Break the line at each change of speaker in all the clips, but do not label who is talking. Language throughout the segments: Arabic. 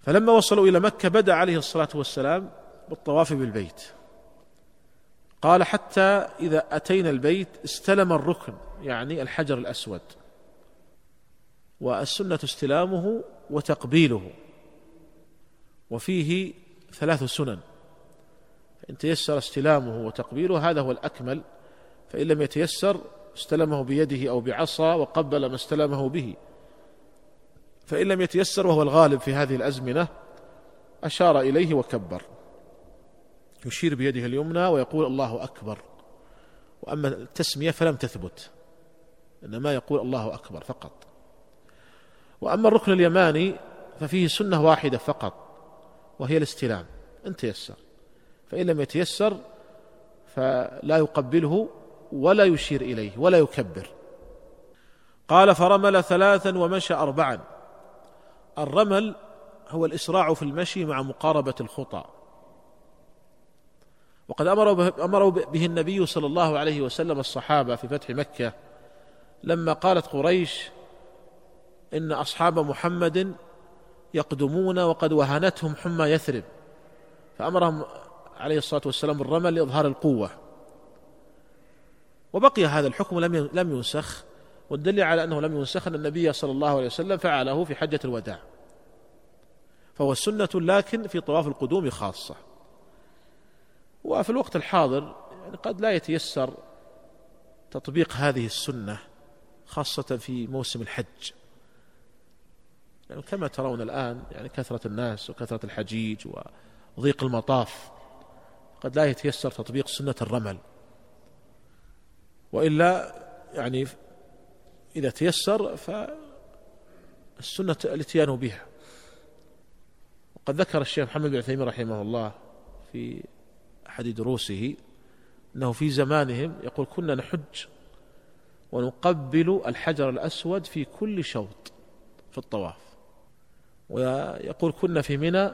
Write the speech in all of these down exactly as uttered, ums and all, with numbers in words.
فلما وصلوا إلى مكة بدأ عليه الصلاة والسلام بالطواف بالبيت. قال حتى إذا أتينا البيت استلم الركن، يعني الحجر الأسود، والسنة استلامه وتقبيله، وفيه ثلاث سنن، فإن تيسر استلامه وتقبيله هذا هو الأكمل، فإن لم يتيسر استلمه بيده أو بعصا وقبل ما استلمه به، فإن لم يتيسر وهو الغالب في هذه الأزمنة أشار إليه وكبر، يشير بيده اليمنى ويقول الله أكبر. وأما التسمية فلم تثبت، إنما يقول الله أكبر فقط. وأما الركن اليماني ففيه سنة واحدة فقط، وهي الاستلام إن تيسر، فإن لم يتيسر فلا يقبله ولا يشير إليه ولا يكبر. قال فرمل ثلاثا ومشى أربعا. الرمل هو الإسراع في المشي مع مقاربة الخطى، وقد أمر به النبي صلى الله عليه وسلم الصحابة في فتح مكة لما قالت قريش إن أصحاب محمد يقدمون وقد وهنتهم حمى يثرب، فأمرهم عليه الصلاة والسلام بالرمل لإظهار القوة، وبقي هذا الحكم لم ينسخ. والدليل على أنه لم ينسخ أن النبي صلى الله عليه وسلم فعله في حجة الوداع، فهو السنة لكن في طواف القدوم خاصة. وفي الوقت الحاضر يعني قد لا يتيسر تطبيق هذه السنة خاصة في موسم الحج، يعني كما ترون الآن يعني كثرة الناس وكثرة الحجيج وضيق المطاف، قد لا يتيسر تطبيق سنة الرمل، وإلا يعني إذا تيسر فالسنة الاتيان بها. وقد ذكر الشيخ محمد بن عثيمين رحمه الله في أحد دروسه أنه في زمانهم يقول كنا نحج ونقبل الحجر الأسود في كل شوط في الطواف، ويقول كنا في منى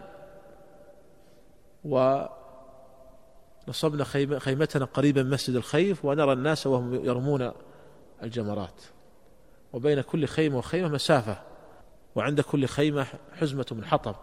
ونصبنا خيمتنا قريبا من مسجد الخيف ونرى الناس وهم يرمون الجمرات، وبين كل خيمة وخيمة مسافة، وعند كل خيمة حزمة من حطب،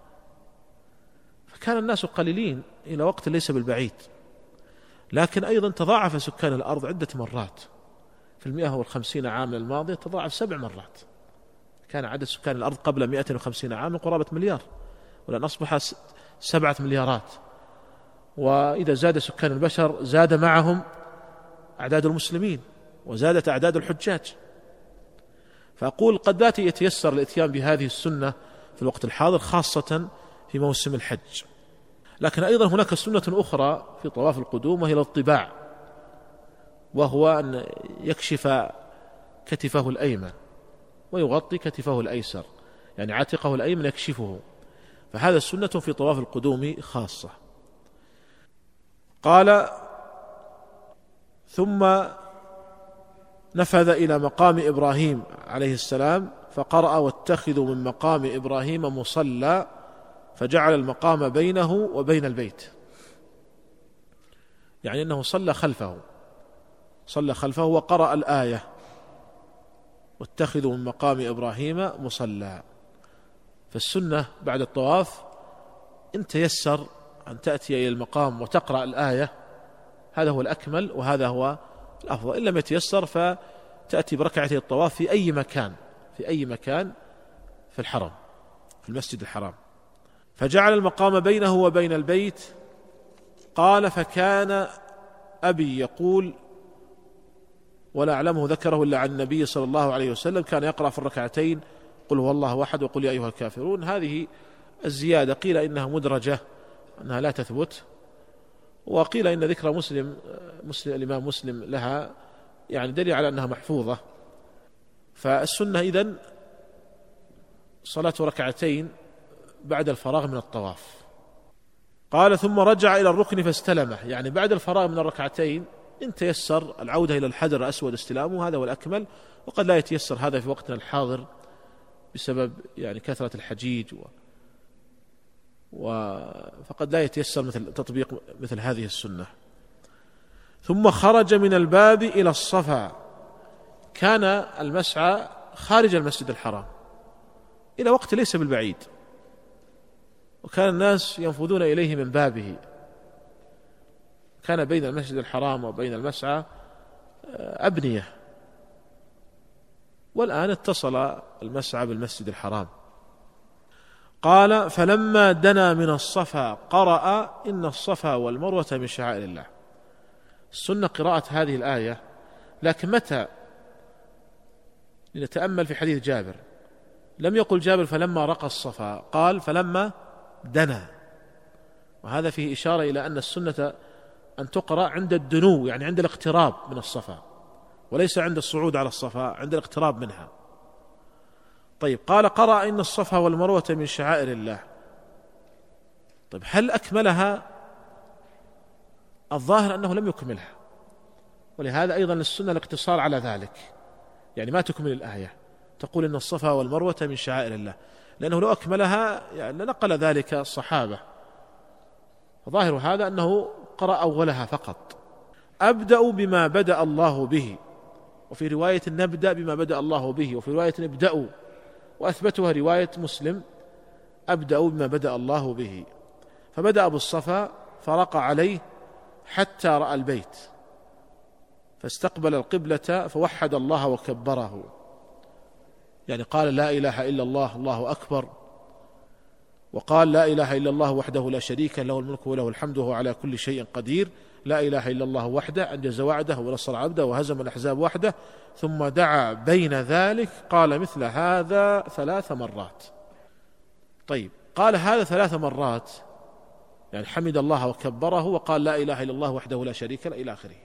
فكان الناس قليلين إلى وقت ليس بالبعيد. لكن أيضا تضاعف سكان الأرض عدة مرات، في المئة والخمسين عام الماضية تضاعف سبع مرات، كان عدد سكان الأرض قبل مئة وخمسين عام قرابة مليار، والآن أصبح سبعة مليارات، وإذا زاد سكان البشر زاد معهم أعداد المسلمين وزادت أعداد الحجاج. فأقول قد لا يتيسر الاتيان بهذه السنة في الوقت الحاضر خاصة في موسم الحج. لكن أيضا هناك سنة أخرى في طواف القدوم وهي الاطباع، وهو أن يكشف كتفه الأيمن ويغطي كتفه الأيسر، يعني عاتقه الأيمن يكشفه، فهذا السنة في طواف القدوم خاصة. قال ثم نفذ إلى مقام إبراهيم عليه السلام فقرأ واتخذوا من مقام إبراهيم مصلى، فجعل المقام بينه وبين البيت، يعني أنه صلى خلفه صلى خلفه وقرأ الآية واتخذوا من مقام إبراهيم مصلى. فالسنة بعد الطواف إن تيسر أن تأتي إلى المقام وتقرأ الآية، هذا هو الأكمل وهذا هو الأفضل. إن لم يتيسر فتأتي بركعتي الطواف في أي مكان في أي مكان في الحرم في المسجد الحرام. فجعل المقام بينه وبين البيت. قال فكان أبي يقول، ولا أعلمه ذكره إلا عن النبي صلى الله عليه وسلم، كان يقرأ في الركعتين قل هو الله أحد وقل يا أيها الكافرون. هذه الزيادة قيل إنها مدرجة أنها لا تثبت، وقيل إن ذكر مسلم, مسلم الإمام مسلم لها يعني دليل على أنها محفوظة. فالسنة إذن صلاة ركعتين بعد الفراغ من الطواف. قال ثم رجع إلى الركن فاستلمه، يعني بعد الفراغ من الركعتين إن تيسر العودة إلى الحجر الأسود استلامه هذا هو الأكمل، وقد لا يتيسر هذا في وقتنا الحاضر بسبب يعني كثرة الحجيج و... و... فقد لا يتيسر مثل تطبيق مثل هذه السنة. ثم خرج من الباب إلى الصفا، كان المسعى خارج المسجد الحرام إلى وقت ليس بالبعيد، وكان الناس ينفذون إليه من بابه. كان بين المسجد الحرام وبين المسعى أبنية، والآن اتصل المسعى بالمسجد الحرام. قال: فلما دنا من الصفا قرأ: إن الصفا والمروة من شعائر الله. السنة قراءة هذه الآية، لكن متى؟ لنتأمل في حديث جابر، لم يقل جابر فلما رقى الصفا، قال فلما دنا، وهذا فيه إشارة إلى أن السنة أن تقرأ عند الدنو، يعني عند الاقتراب من الصفا، وليس عند الصعود على الصفا، عند الاقتراب منها. طيب، قال: قرأ إن الصفا والمروة من شعائر الله. طيب، هل أكملها؟ الظاهر أنه لم يكملها، ولهذا أيضا السنة الاقتصار على ذلك، يعني ما تكمل الآية، تقول إن الصفا والمروة من شعائر الله، لأنه لو أكملها يعني لنقل ذلك الصحابة. وظاهر هذا أنه قرأ أولها فقط. أبدأ بما بدأ الله به، وفي رواية نبدأ بما بدأ الله به، وفي رواية ابدأوا، وأثبتها رواية مسلم: أبدأ بما بدأ الله به. فبدأ بالصفا فرقى عليه حتى رأى البيت، فاستقبل القبلة فوحد الله وكبره، يعني قال: لا إله إلا الله، الله أكبر. وقال: لا إله إلا الله وحده لا شريك له، الملك وله الحمد وهو على كل شيء قدير. لا إله إلا الله وحده، أنجز وعده ونصر عبده وهزم الأحزاب وحده. ثم دعا بين ذلك، قال مثل هذا ثلاث مرات. طيب، قال هذا ثلاث مرات، يعني حمد الله وكبره وقال لا إله إلا الله وحده لا شريك له إلى آخره.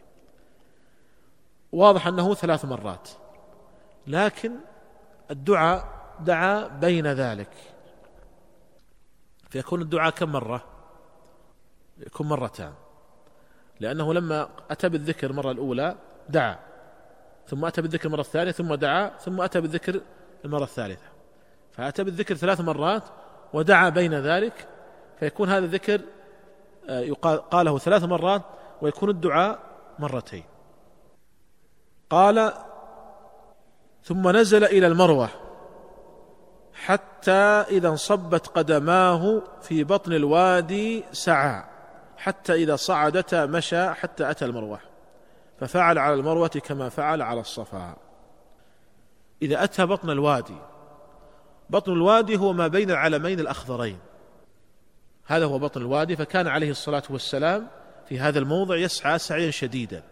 واضح أنه ثلاث مرات، لكن الدعاء دعا بين ذلك، فيكون الدعاء كم مرة؟ يكون مرتان، لأنه لما أتى بالذكر المرة الأولى دعا، ثم أتى بالذكر المرة الثانية، ثم دعا، ثم أتى بالذكر المرة الثالثة، فأتى بالذكر ثلاث مرات ودعا بين ذلك، فيكون هذا الذكر قاله ثلاث مرات ويكون الدعاء مرتين. قال: ثم نزل إلى المروة حتى إذا انصبت قدماه في بطن الوادي سعى، حتى إذا صعدتا مشى حتى أتى المروة، ففعل على المروة كما فعل على الصفا. إذا أتى بطن الوادي، بطن الوادي هو ما بين العلمين الأخضرين، هذا هو بطن الوادي. فكان عليه الصلاة والسلام في هذا الموضع يسعى سعيا شديدا.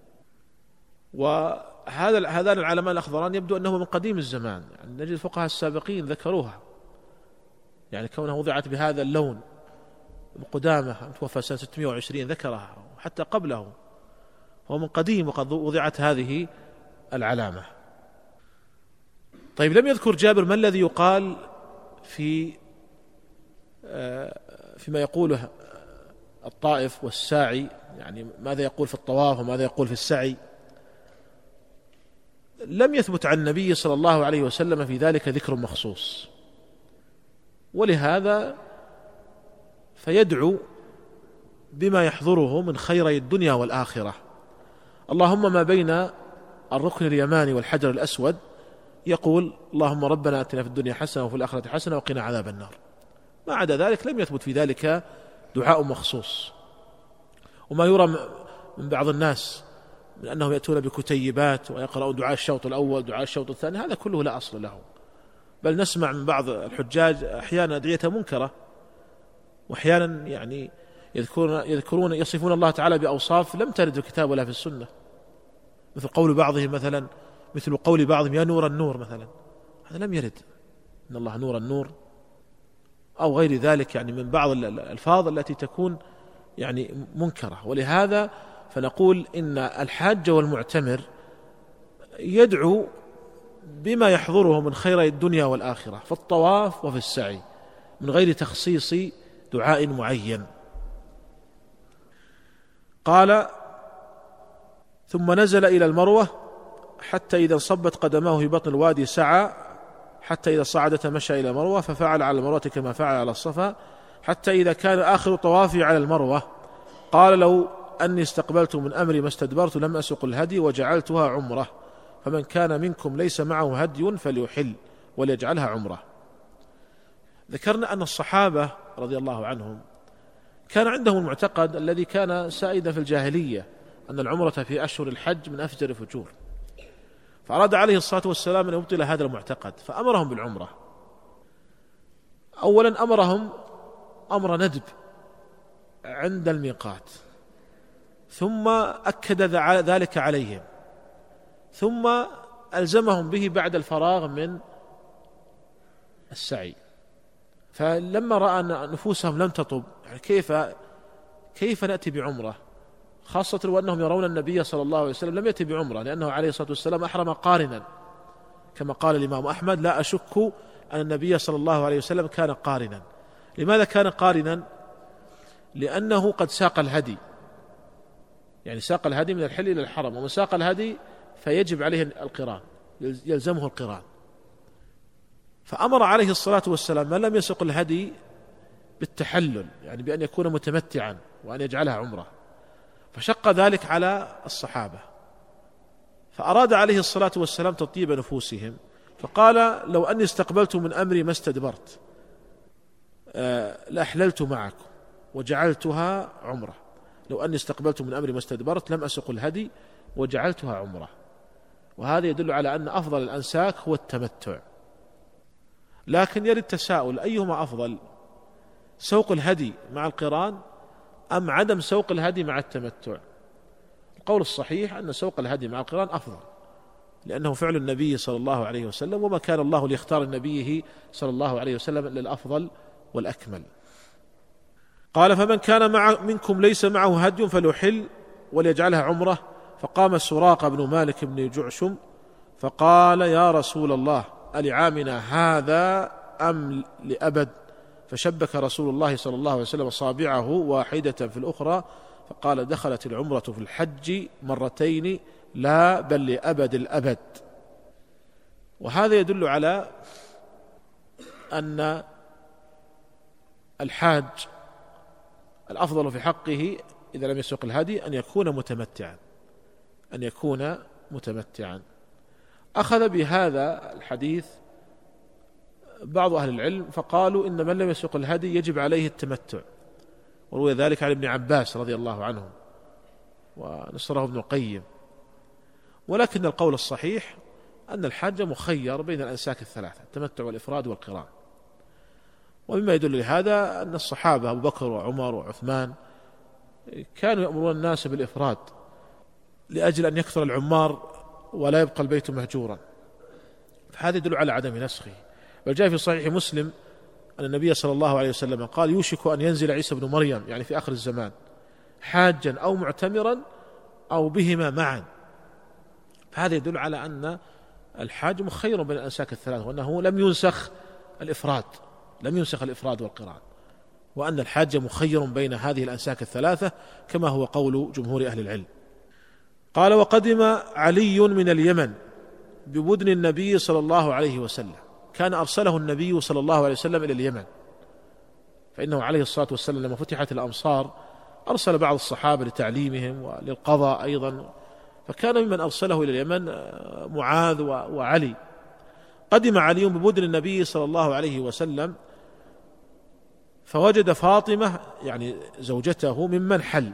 وهذا هذان العلمان الأخضران يبدو أنه من قديم الزمان، يعني نجد الفقهاء السابقين ذكروها، يعني كونها وضعت بهذا اللون. قدامة توفى سنة ستمائة وعشرين ذكرها، وحتى قبله هو من قديم وقد وضعت هذه العلامة. طيب، لم يذكر جابر ما الذي يقال في فيما يقوله الطائف والساعي، يعني ماذا يقول في الطواف وماذا يقول في السعي. لم يثبت عن النبي صلى الله عليه وسلم في ذلك ذكر مخصوص، ولهذا فيدعو بما يحضره من خيري الدنيا والآخرة. اللهم ما بين الركن اليماني والحجر الأسود يقول: اللهم ربنا آتنا في الدنيا حسنة وفي الآخرة حسنة وقنا عذاب النار. ما عدا ذلك لم يثبت في ذلك دعاء مخصوص. وما يرى من بعض الناس من أنهم يأتون بكتيبات ويقرأون دعاء الشوط الأول دعاء الشوط الثاني، هذا كله لا أصل له، بل نسمع من بعض الحجاج أحيانا أدعية منكرة، وأحيانا يعني يذكرون, يذكرون يصفون الله تعالى بأوصاف لم ترد في الكتاب ولا في السنة، مثل قول بعضهم مثلا مثل قول بعضهم يا نور النور مثلا، هذا لم يرد، إن الله نور النور، أو غير ذلك، يعني من بعض الألفاظ التي تكون يعني منكرة. ولهذا فنقول إن الحاج والمعتمر يدعو بما يحضره من خير الدنيا والآخرة في الطواف وفي السعي، من غير تخصيص دعاء معين. قال: ثم نزل إلى المروة حتى إذا انصبت قدماه في بطن الوادي سعى، حتى إذا صعدت مشى إلى المروة، ففعل على المروة كما فعل على الصفا، حتى إذا كان آخر طوافي على المروة قال: لو أني استقبلت من أمري ما استدبرت لم أسق الهدي وجعلتها عمرة، فمن كان منكم ليس معه هدي فليحل وليجعلها عمرة. ذكرنا أن الصحابة رضي الله عنهم كان عندهم المعتقد الذي كان سائدا في الجاهلية أن العمرة في أشهر الحج من أفجر الفجور، فأراد عليه الصلاة والسلام أن يبطل هذا المعتقد فأمرهم بالعمرة. أولا أمرهم أمر ندب عند الميقات، ثم أكد ذلك عليهم، ثم ألزمهم به بعد الفراغ من السعي. فلما رأى أن نفوسهم لم تطب، يعني كيف كيف نأتي بعمرة، خاصة وأنهم يرون النبي صلى الله عليه وسلم لم يأتي بعمرة، لأنه عليه الصلاة والسلام أحرم قارنا كما قال الإمام أحمد: لا أشك أن النبي صلى الله عليه وسلم كان قارنا. لماذا كان قارنا؟ لأنه قد ساق الهدي، يعني ساق الهدي من الحل إلى الحرم، ومن ساق الهدي فيجب عليه القران، يلزمه القران. فأمر عليه الصلاة والسلام من لم يسق الهدي بالتحلل، يعني بأن يكون متمتعا وأن يجعلها عمرة، فشق ذلك على الصحابة، فأراد عليه الصلاة والسلام تطيب نفوسهم، فقال: لو أني استقبلت من أمري ما استدبرت لأحللت معكم وجعلتها عمرة. لو أني استقبلت من أمري ما استدبرت لم أسق الهدي وجعلتها عمرة. وهذا يدل على أن أفضل الأنساك هو التمتع. لكن يرد تساؤل: أيهما أفضل، سوق الهدي مع القران أم عدم سوق الهدي مع التمتع؟ القول الصحيح أن سوق الهدي مع القران أفضل، لأنه فعل النبي صلى الله عليه وسلم، وما كان الله ليختار نبيه صلى الله عليه وسلم إلا الأفضل والأكمل. قال: فمن كان مع منكم ليس معه هدي فليحل وليجعلها عمرة. فقام سراقة بن مالك بن جعشم فقال: يا رسول الله، ألعامنا هذا أم لأبد؟ فشبك رسول الله صلى الله عليه وسلم أصابعه واحدة في الأخرى فقال: دخلت العمرة في الحج مرتين لا بل لأبد الأبد. وهذا يدل على أن الحاج الأفضل في حقه إذا لم يسوق الهدي أن يكون متمتعا أن يكون متمتعا. أخذ بهذا الحديث بعض أهل العلم فقالوا إن من لم يسوق الهدي يجب عليه التمتع، وروي ذلك عن ابن عباس رضي الله عنه ونصره ابن القيم. ولكن القول الصحيح أن الحاج مخير بين الأنساك الثلاثة: التمتع والإفراد والقران. ومما يدل لهذا أن الصحابة أبو بكر وعمر وعثمان كانوا يأمرون الناس بالإفراد لأجل أن يكثر العمار ولا يبقى البيت مهجورا، فهذا يدل على عدم نسخه. بل جاء في صحيح مسلم أن النبي صلى الله عليه وسلم قال: يوشك أن ينزل عيسى بن مريم، يعني في آخر الزمان، حاجا أو معتمرا أو بهما معا. فهذا يدل على أن الحاج مخير بين الأنساك الثلاث، وأنه لم ينسخ الإفراد لم ينسخ الإفراد والقران، وأن الحاج مخير بين هذه الأنساك الثلاثة كما هو قول جمهور أهل العلم. قال: وقدم علي من اليمن ببدن النبي صلى الله عليه وسلم. كان أرسله النبي صلى الله عليه وسلم إلى اليمن، فإنه عليه الصلاة والسلام لما فتحت الأمصار أرسل بعض الصحابة لتعليمهم وللقضاء أيضا، فكان ممن أرسله إلى اليمن معاذ وعلي. قدم علي ببدن النبي صلى الله عليه وسلم فوجد فاطمة يعني زوجته ممن حل،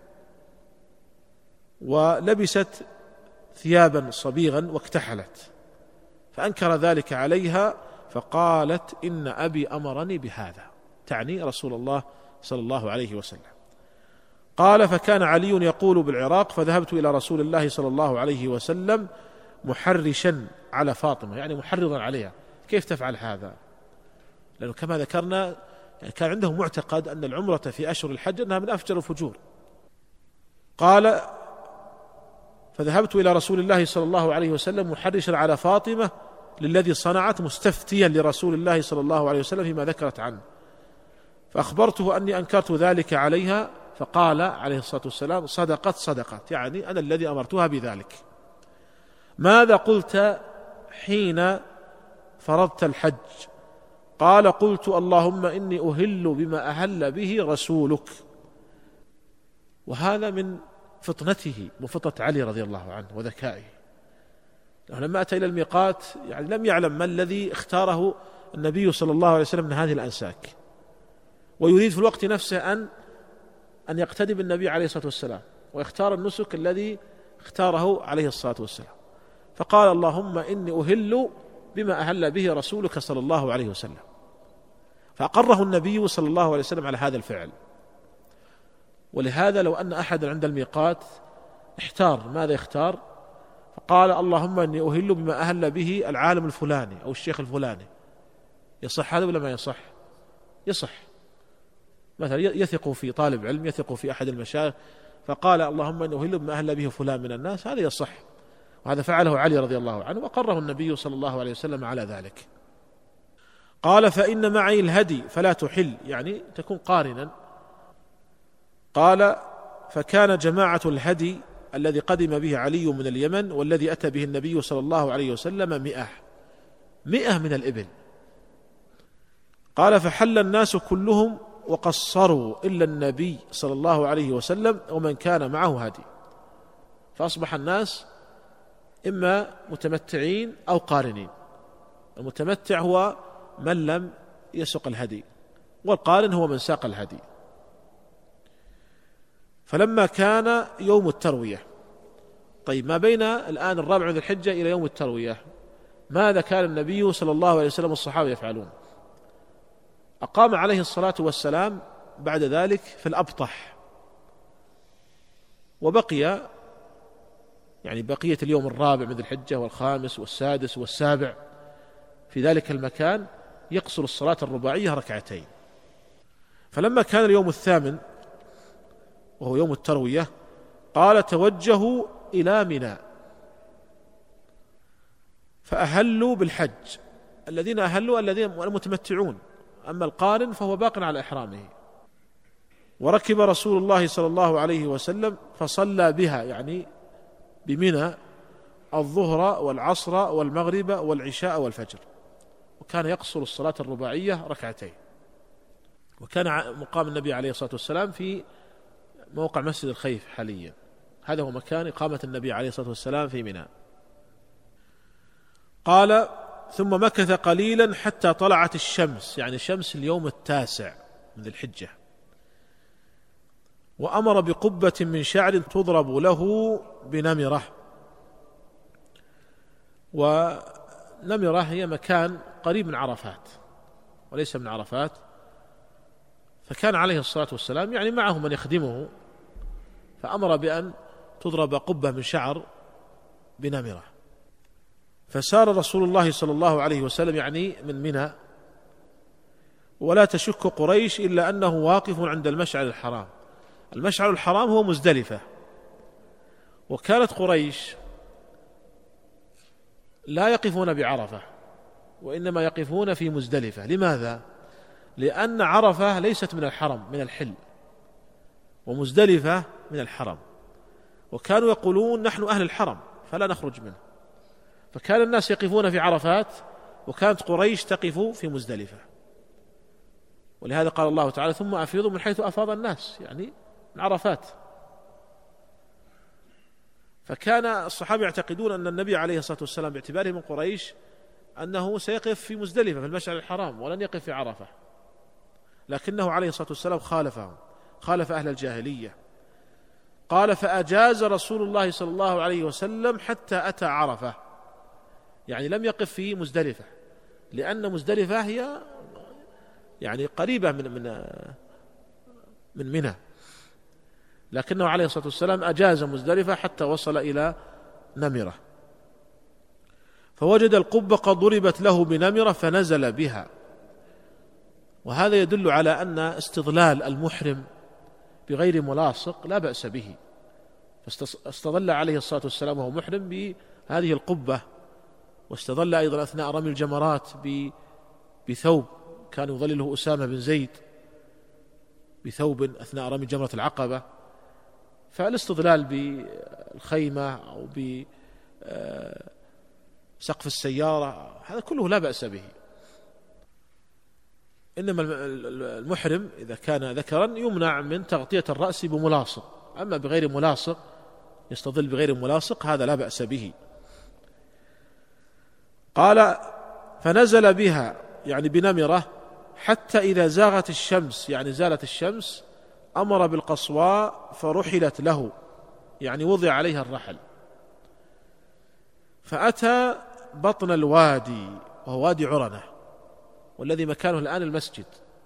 ولبست ثيابا صبيغا واكتحلت، فأنكر ذلك عليها فقالت: إن أبي أمرني بهذا، تعني رسول الله صلى الله عليه وسلم. قال: فكان علي يقول بالعراق: فذهبت إلى رسول الله صلى الله عليه وسلم محرشا على فاطمة، يعني محرضا عليها، كيف تفعل هذا؟ لأنه كما ذكرنا يعني كان عندهم معتقد أن العمرة في أشهر الحج أنها من أفجر الفجور. قال: فذهبت إلى رسول الله صلى الله عليه وسلم محرشا على فاطمة للذي صنعت، مستفتيا لرسول الله صلى الله عليه وسلم فيما ذكرت عنه، فأخبرته أني أنكرت ذلك عليها، فقال عليه الصلاة والسلام: صدقت صدقت، يعني أنا الذي أمرتها بذلك. ماذا قلت حين فرضت الحج؟ قال: قلت: اللهم إني أهل بما أهل به رسولك. وهذا من فطنته وفطنة علي رضي الله عنه وذكائه، لما أتى إلى الميقات يعني لم يعلم ما الذي اختاره النبي صلى الله عليه وسلم من هذه الأنساك، ويريد في الوقت نفسه أن أن يقتدي بالنبي عليه الصلاة والسلام ويختار النسك الذي اختاره عليه الصلاة والسلام، فقال اللهم إني أهل بما أهل به رسولك صلى الله عليه وسلم، فأقره النبي صلى الله عليه وسلم على هذا الفعل. ولهذا لو أن أحد عند الميقات احتار ماذا يختار، فقال اللهم إني أهل بما أهل به العالم الفلاني أو الشيخ الفلاني، يصح هذا ولا ما يصح؟ يصح. مثلا يثق في طالب علم، يثق في أحد المشايخ، فقال اللهم إني أهل بما أهل به فلان من الناس، هذا يصح، وهذا فعله علي رضي الله عنه وقره النبي صلى الله عليه وسلم على ذلك. قال فإن معي الهدي فلا تحل، يعني تكون قارنا. قال فكان جماعة الهدي الذي قدم به علي من اليمن والذي أتى به النبي صلى الله عليه وسلم مئة مئة من الإبل. قال فحل الناس كلهم وقصروا إلا النبي صلى الله عليه وسلم ومن كان معه هدي، فأصبح الناس إما متمتعين أو قارنين. المتمتع هو من لم يسق الهدي، والقارن هو من ساق الهدي. فلما كان يوم التروية، طيب ما بين الآن الرابع من ذي الحجة إلى يوم التروية ماذا كان النبي صلى الله عليه وسلم والصحابة يفعلون؟ أقام عليه الصلاة والسلام بعد ذلك في الأبطح، وبقي يعني بقية اليوم الرابع من ذي الحجة والخامس والسادس والسابع في ذلك المكان يقصر الصلاة الرباعية ركعتين. فلما كان اليوم الثامن وهو يوم التروية قال توجهوا إلى منى فأهلوا بالحج، الذين أهلوا الذين المتمتعون، أما القارن فهو باق على إحرامه. وركب رسول الله صلى الله عليه وسلم فصلى بها، يعني بمنى، الظهر والعصر والمغرب والعشاء والفجر، وكان يقصر الصلاة الرباعية ركعتين. وكان مقام النبي عليه الصلاة والسلام في موقع مسجد الخيف حاليا، هذا هو مكان إقامة النبي عليه الصلاة والسلام في منى. قال ثم مكث قليلا حتى طلعت الشمس، يعني شمس اليوم التاسع من ذي الحجة، وأمر بقبة من شعر تضرب له بنمرة. ونمرة هي مكان قريب من عرفات وليس من عرفات، فكان عليه الصلاة والسلام يعني معه من يخدمه، فأمر بأن تضرب قبة من شعر بنمرة. فسار رسول الله صلى الله عليه وسلم يعني من منى، ولا تشك قريش إلا أنه واقف عند المشعر الحرام. المشعر الحرام هو مزدلفة، وكانت قريش لا يقفون بعرفة وإنما يقفون في مزدلفة. لماذا؟ لأن عرفة ليست من الحرم، من الحل، ومزدلفة من الحرم، وكانوا يقولون نحن أهل الحرم فلا نخرج منه، فكان الناس يقفون في عرفات وكانت قريش تقف في مزدلفة. ولهذا قال الله تعالى ثم أفيضوا من حيث أفاض الناس، يعني من عرفات. فكان الصحابة يعتقدون أن النبي عليه الصلاة والسلام باعتباره من قريش أنه سيقف في مزدلفة في المشعر الحرام ولن يقف في عرفة، لكنه عليه الصلاة والسلام خالفهم، خالف أهل الجاهلية. قال فأجاز رسول الله صلى الله عليه وسلم حتى أتى عرفة، يعني لم يقف في مزدلفة، لأن مزدلفة هي يعني قريبة من من من منى، لكنه عليه الصلاة والسلام أجاز مزدلفة حتى وصل إلى نمرة، فوجد القبة قد ضربت له بنمرة فنزل بها. وهذا يدل على أن استظلال المحرم بغير ملاصق لا بأس به، فاستظل عليه الصلاة والسلام وهو محرم بهذه القبة، واستظل أيضا أثناء رمي الجمرات بثوب كان يظلله أسامة بن زيد، بثوب أثناء رمي جمرة العقبة. فالاستظلال بالخيمة أو بسقف السيارة هذا كله لا بأس به، إنما المحرم إذا كان ذكرا يمنع من تغطية الرأس بملاصق، أما بغير ملاصق يستظل بغير ملاصق هذا لا بأس به. قال فنزل بها يعني بنمرة حتى إذا زاغت الشمس يعني زالت الشمس أمر بالقصواء فرحلت له، يعني وضع عليها الرحل. فأتى بطن الوادي وهو وادي عرنة والذي مكانه الآن المسجد،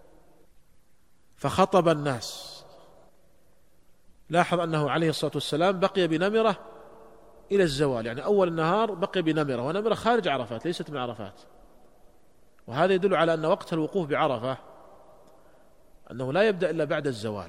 فخطب الناس. لاحظ أنه عليه الصلاة والسلام بقي بنمرة إلى الزوال، يعني أول النهار بقي بنمرة، ونمرة خارج عرفات ليست من عرفات، وهذا يدل على أن وقت الوقوف بعرفة أنه لا يبدأ إلا بعد الزوال،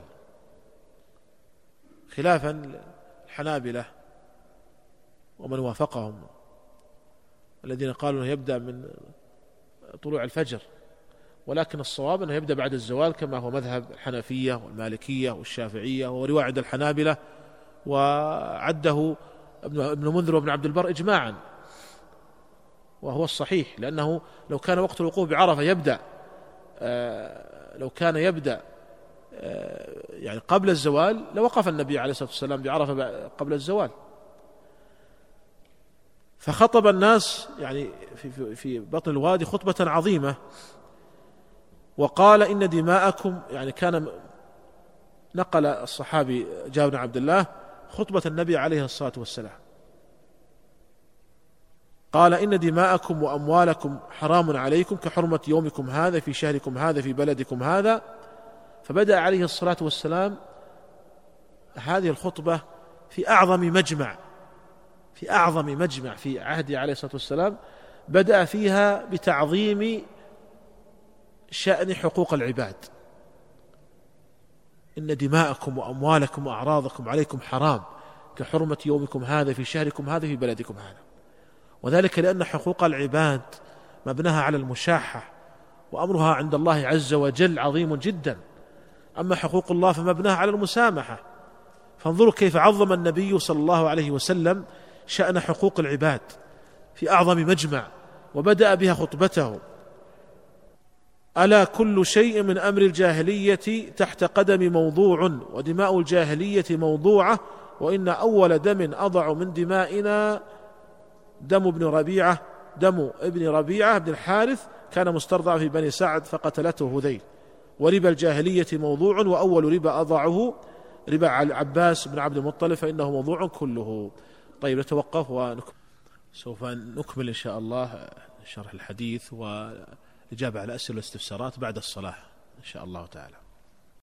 خلافا الحنابلة ومن وافقهم الذين قالوا أنه يبدأ من طلوع الفجر، ولكن الصواب أنه يبدأ بعد الزوال كما هو مذهب الحنفية والمالكية والشافعية ورواية عند الحنابلة، وعده ابن منذر وابن عبد البر إجماعا، وهو الصحيح، لأنه لو كان وقت الوقوف بعرفة يبدأ آه لو كان يبدأ آه يعني قبل الزوال لوقف النبي عليه الصلاة والسلام بعرفة قبل الزوال. فخطب الناس يعني في, في بطن الوادي خطبة عظيمة، وقال إن دماءكم، يعني كان نقل الصحابي جابر بن عبد الله خطبة النبي عليه الصلاة والسلام، قال إن دماءكم وأموالكم حرام عليكم كحرمة يومكم هذا في شهركم هذا في بلدكم هذا. فبدأ عليه الصلاة والسلام هذه الخطبة في أعظم مجمع في أعظم مجمع في عهده عليه الصلاة والسلام، بدأ فيها بتعظيم شأن حقوق العباد. إن دماءكم وأموالكم وأعراضكم عليكم حرام كحرمة يومكم هذا في شهركم هذا في بلدكم هذا، وذلك لأن حقوق العباد مبناها على المشاحة، وأمرها عند الله عز وجل عظيم جدا، أما حقوق الله فمبناها على المسامحة. فانظروا كيف عظم النبي صلى الله عليه وسلم شأن حقوق العباد في أعظم مجمع، وبدأ بها خطبته: ألا كل شيء من أمر الجاهلية تحت قدم موضوع، ودماء الجاهلية موضوعة، وإن أول دم أضع من دمائنا دم ابن ربيعة دم ابن ربيعة بن الحارث كان مسترضع في بني سعد فقتلته هذيل، وربا الجاهلية موضوع، وأول ربا أضعه ربا عباس بن عبد المطلب فإنه موضوع كله. طيب نتوقف ونكمل، سوف نكمل إن شاء الله شرح الحديث والإجابة على أسئلة والاستفسارات بعد الصلاة إن شاء الله تعالى.